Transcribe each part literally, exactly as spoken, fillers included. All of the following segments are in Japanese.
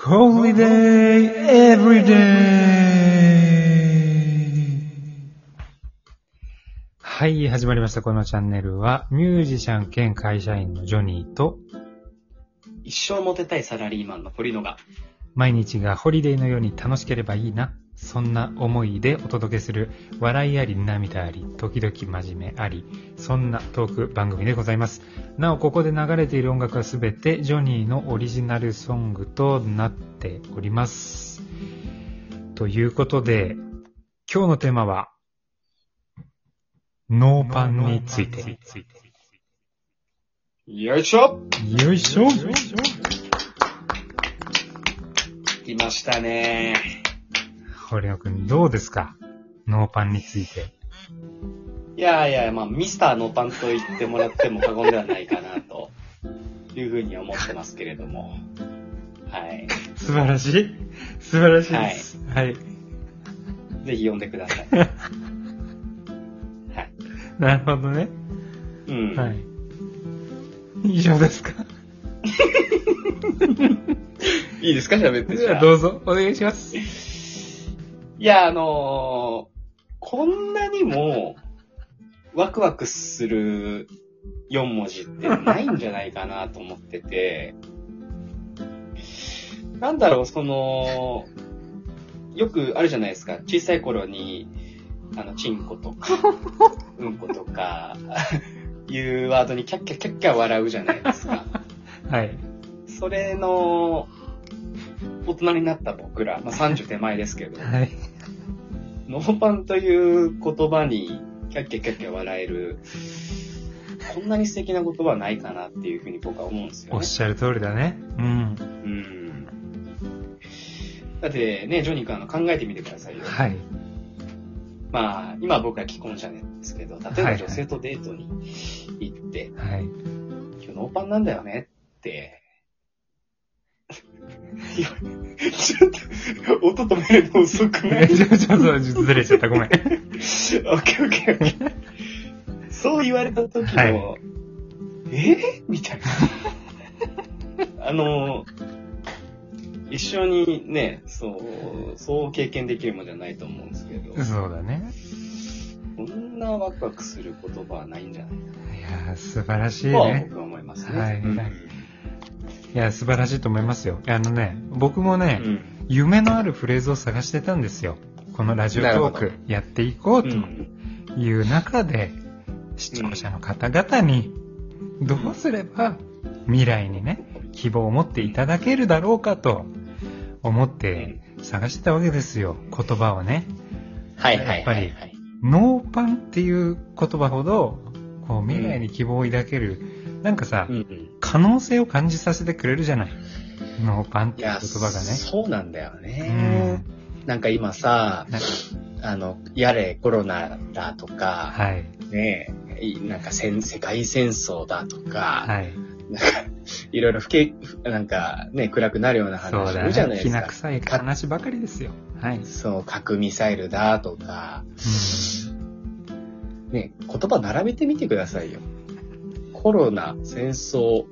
Holiday Everyday! はい、始まりました。このチャンネルは、ミュージシャン兼会社員のジョニーと、 一生モテたいサラリーマンの堀野が、 毎日がホリデーのように楽しければいいな、そんな思いでお届けする、笑いあり涙あり、時々真面目あり、そんなトーク番組でございます。なお、ここで流れている音楽はすべてジョニーのオリジナルソングとなっております。ということで、今日のテーマは、ノーパンについて。 よいしょよいしょ来ましたね。 堀野くんどうですか、ノーパンについて。 いやいや、まあミスターノーパンと言ってもらっても過言ではないかなというふうに思ってますけれども、はい。 素晴らしい素晴らしいです。はい。はい、 ぜひ読んでください。はい。 なるほどね。 うん。 はい。以上ですか。 いいですか、喋って。 じゃあどうぞお願いします。 いや、あのー、こんなにもワクワクするよん文字ってないんじゃないかなと思ってて、なんだろう、その、よくあるじゃないですか、小さい頃に、あの、チンコとか、うんことか、いうワードにキャッキャキャッキャ笑うじゃないですか。 はい。 それの、大人になった僕ら、まあ、さんじゅう手前ですけど、 はい、 ノーパンという言葉にキャッキャキャッキャ笑える、こんなに素敵な言葉はないかなっていうふうに僕は思うんですよね。 おっしゃる通りだね。うん。うん。 だってね、ジョニー君、あの考えてみてくださいよ。 はい。 まあ、今僕は既婚者ですけど、例えば女性とデートに行って、 はい、 今日ノーパンなんだよねって、ちょっと、音止めるの遅くない？ ちょっとずれちゃった、ごめん。オッケーオッケーオッケー。そう言われた時の、はい、えみたいな。あの、一緒にね、そう、そう経験できるものじゃないと思うんですけど。 そうだね。 こんなワクワクする言葉はないんじゃないかな。 いやー、素晴らしいね。 とは僕は思いますね。 はい。 うん、 いや、素晴らしいと思いますよ。あのね、僕もね、うん、夢のあるフレーズを探してたんですよ。このラジオトークやっていこうという中で、うん、視聴者の方々にどうすれば未来にね、希望を持っていただけるだろうかと思って探してたわけですよ。言葉をね。 はいはいはい、はい。やっぱり、 ノーパンっていう言葉ほど、こう未来に希望を抱ける、うん、なんかさ、うんうん、可能性を感じさせてくれるじゃない。ノーパンっていう言葉がね。 そうなんだよね。うん、なんか今さ、なんかあの、やれコロナだとか、はい、ねえ、なんか世界戦争だとか、はい、なんかいろいろ不景、なんかね、暗くなるような話するじゃないですか。 きな臭い話ばかりですよ。はい。 そう、核ミサイルだとか、うん、ね、言葉並べてみてくださいよ。コロナ、戦争、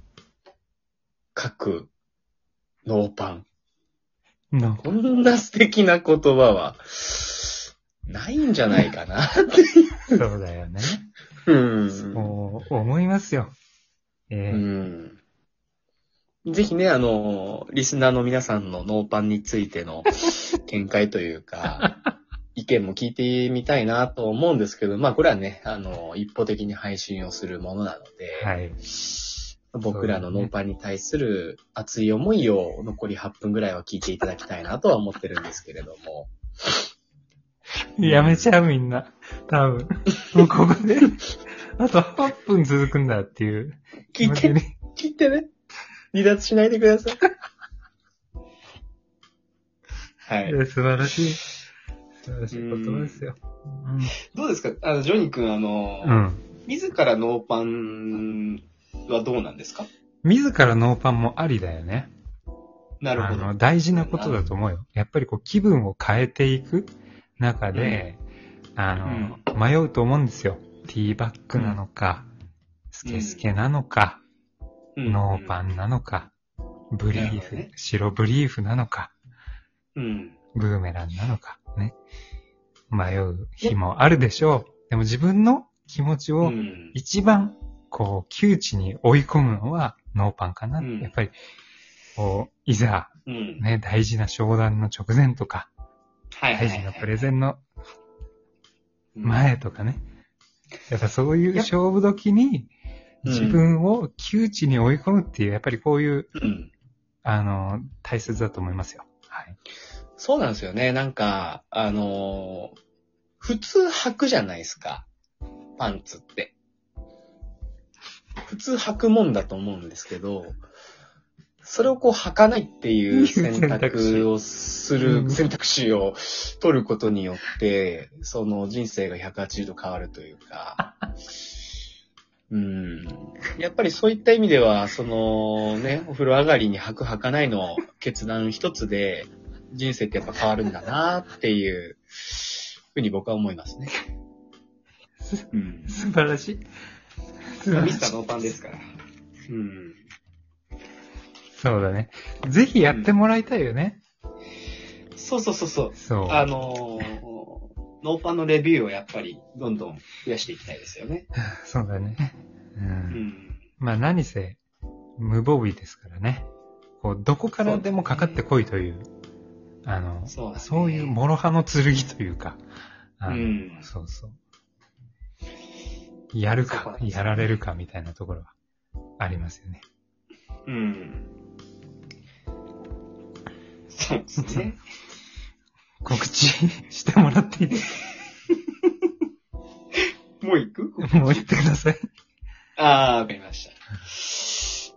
核、ノーパン。 No. こんな素敵な言葉はないんじゃないかなっていう。 そうだよね。 うん。 そう思いますよ。えー、 うん。ぜひね、あの、リスナーの皆さんのノーパンについての見解というか、意見も聞いてみたいなと思うんですけど、まあこれはね、あの、一方的に配信をするものなので、はい、僕らのノーパンに対する熱い思いを残りはっぷんぐらいは聞いていただきたいなとは思ってるんですけれども。 やめちゃうみんな。多分。もうここで、あとはっぷん続くんだっていう。 聞いて、聞いてね。離脱しないでください。 はい。素晴らしい。素晴らしい言葉ですよ。 うん、どうですか、あの、ジョニー君、あの、うん、自らノーパンはどうなんですか？ 自らノーパンもありだよね。 なるほど。 あの、大事なことだと思うよ。やっぱりこう、気分を変えていく中で、うん、あの、うん、迷うと思うんですよ。ティーバッグなのか、うん、スケスケなのか、うん、ノーパンなのか。 ブリーフ、ね、白ブリーフなのか、 うん、 ブーメランなのか、ね。迷う日もあるでしょう。でも自分の気持ちを一番、こう、窮地に追い込むのはノーパンかな。うん、やっぱり、こう、いざ、ね、大事な商談の直前とか、大事なプレゼンの前とかね。やっぱそういう勝負時に自分を窮地に追い込むっていう、やっぱりこういう、うん、あの、大切だと思いますよ。はい。 そうなんですよね。なんか、あのー、普通履くじゃないですか。パンツって。普通履くもんだと思うんですけど、それをこう履かないっていう選択をする、選択肢を取ることによって、その人生がひゃくはちじゅうど変わるというか、うん、やっぱりそういった意味では、そのね、お風呂上がりに履く履かないの決断一つで、人生ってやっぱ変わるんだなっていうふうに僕は思いますね。 うん、素晴らしい。 ミスターノーパンですから。うん。 そうだね。ぜひやってもらいたいよね。 うん、そうそうそうそう。 そう。 あのー、ノーパンのレビューをやっぱりどんどん増やしていきたいですよね。 そうだね。うん。うん、まあ何せ無防備ですからね。こうどこからでもかかってこいという。あの、そうね、そういう諸刃の剣というか、あの、うん、そうそう。やるか、やられるかみたいなところはありますよね。 うん。そうですね。 告知してもらっていいですかもう行くもう行ってください。 ああ、わかりました。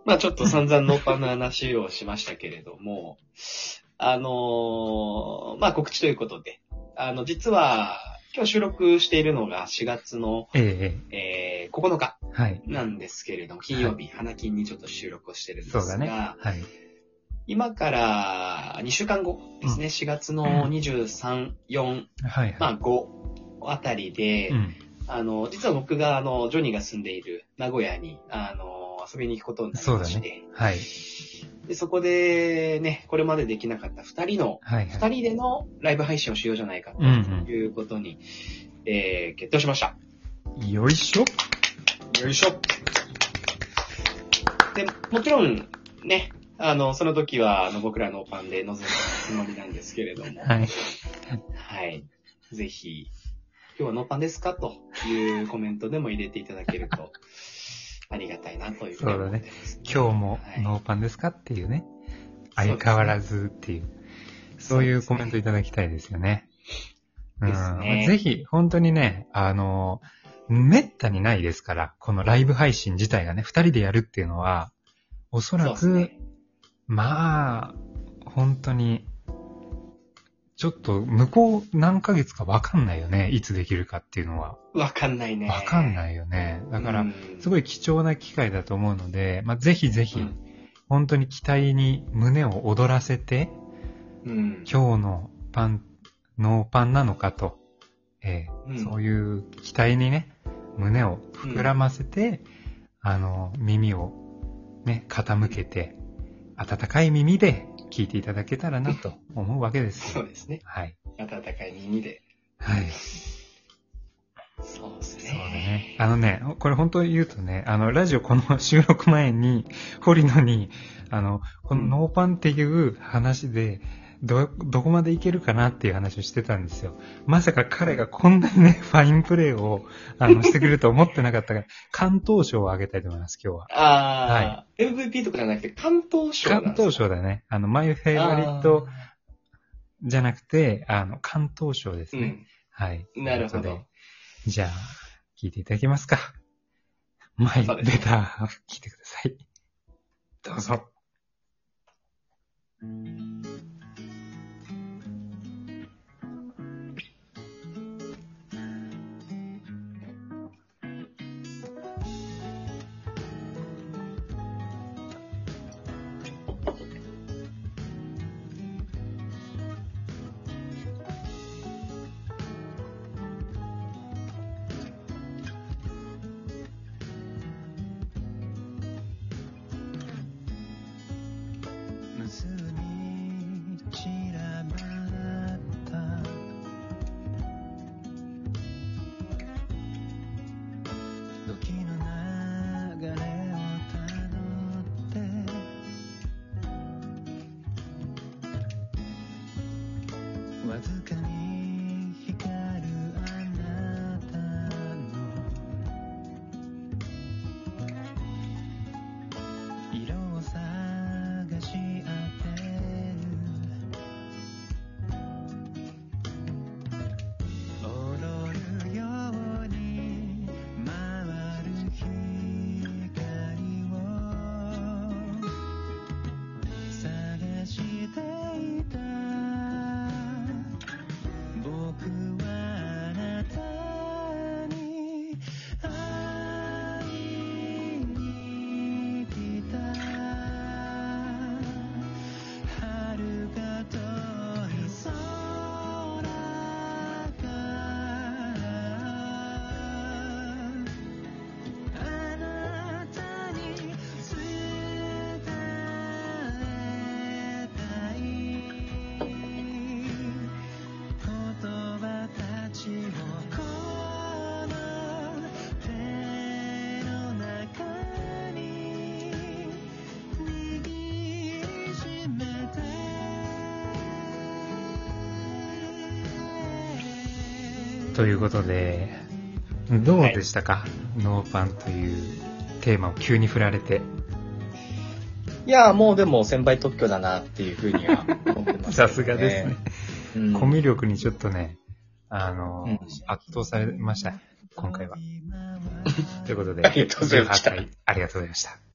まあちょっと散々ノーパンの話をしましたけれども、あのー、まあ告知ということで、あの、実は、今日収録しているのがしがつの、えええー、ここのかなんですけれども、はい、金曜日、はい、花金にちょっと収録をしてるんですが、そうだね、はい、今からにしゅうかんごですね、うん、しがつのにじゅうさん、よん、はいはい、まあごあたりで、うん、あの、実は僕があの、ジョニーが住んでいる名古屋に、あの、遊びに行くことになりまして、そうだね、はい。で、そこでね、これまでできなかったふたりの、はいはい、ふたりでのライブ配信をしようじゃないかということに、うんうん、えー、決定しました。 よいしょ。 よいしょ。で、もちろん、ね、あの、その時は、あの、僕らのパンで臨んだつもりなんですけれども、はい。はい。ぜひ、今日はノーパンですかというコメントでも入れていただけると、ありがたいなというふうに思ってます、ね。 そうだね。今日もノーパンですかっていうね。はい、相変わらずっていう。そういうコメントいただきたいですよね。ですね。うん、ぜひ、本当にね、あの、めったにないですから、このライブ配信自体がね、二人でやるっていうのは、おそらく、ね、まあ、本当に、ちょっと向こう何ヶ月かわかんないよね。いつできるかっていうのは。 わかんないね。 わかんないよね。だから、すごい貴重な機会だと思うので、まあ、ぜひぜひ、うん、本当に期待に胸を躍らせて、うん、今日のパン、ノーパンなのかと、えーうん、そういう期待にね、胸を膨らませて、うん、あの、耳をね、傾けて、温かい耳で聞いていただけたらなと思うわけですよ。そうですね。はい。温かい耳で。 はい。 そうですね。 そうだね。あのね、これ本当に言うとね、あの、ラジオこの収録前に、堀野に、あの、このノーパンっていう話で、ど、どこまでいけるかなっていう話をしてたんですよ。まさか彼がこんなにね、ファインプレーを、あの、してくれると思ってなかったから、関東賞をあげたいと思います、今日は。 ああ、はい。エムブイピー とかじゃなくて、関東賞関東賞だね。あの、マイフェイバリットじゃなくて、あの、関東賞ですね。うん、はい。 なるほど。 じゃあ、聞いていただけますか。マイレター、聞いてください。どうぞ。 ずかに光るあなたの色を探し当てる踊るように回る光を探していた僕はあなたに会いに来た遥か遠い空からあなたに伝えたい言葉たちをこの手の中に握りしめてということで、どうでしたか、ノーパンというテーマを急に振られて。 いや、もうでも先輩特許だなっていうふうには思ってます、ね。 さすがですね。 うん、 コミュ力にちょっとね、あの、 うん、 圧倒されました、今回は。ということで、 ありがとうございました。 じゅうはちかいありがとうございました。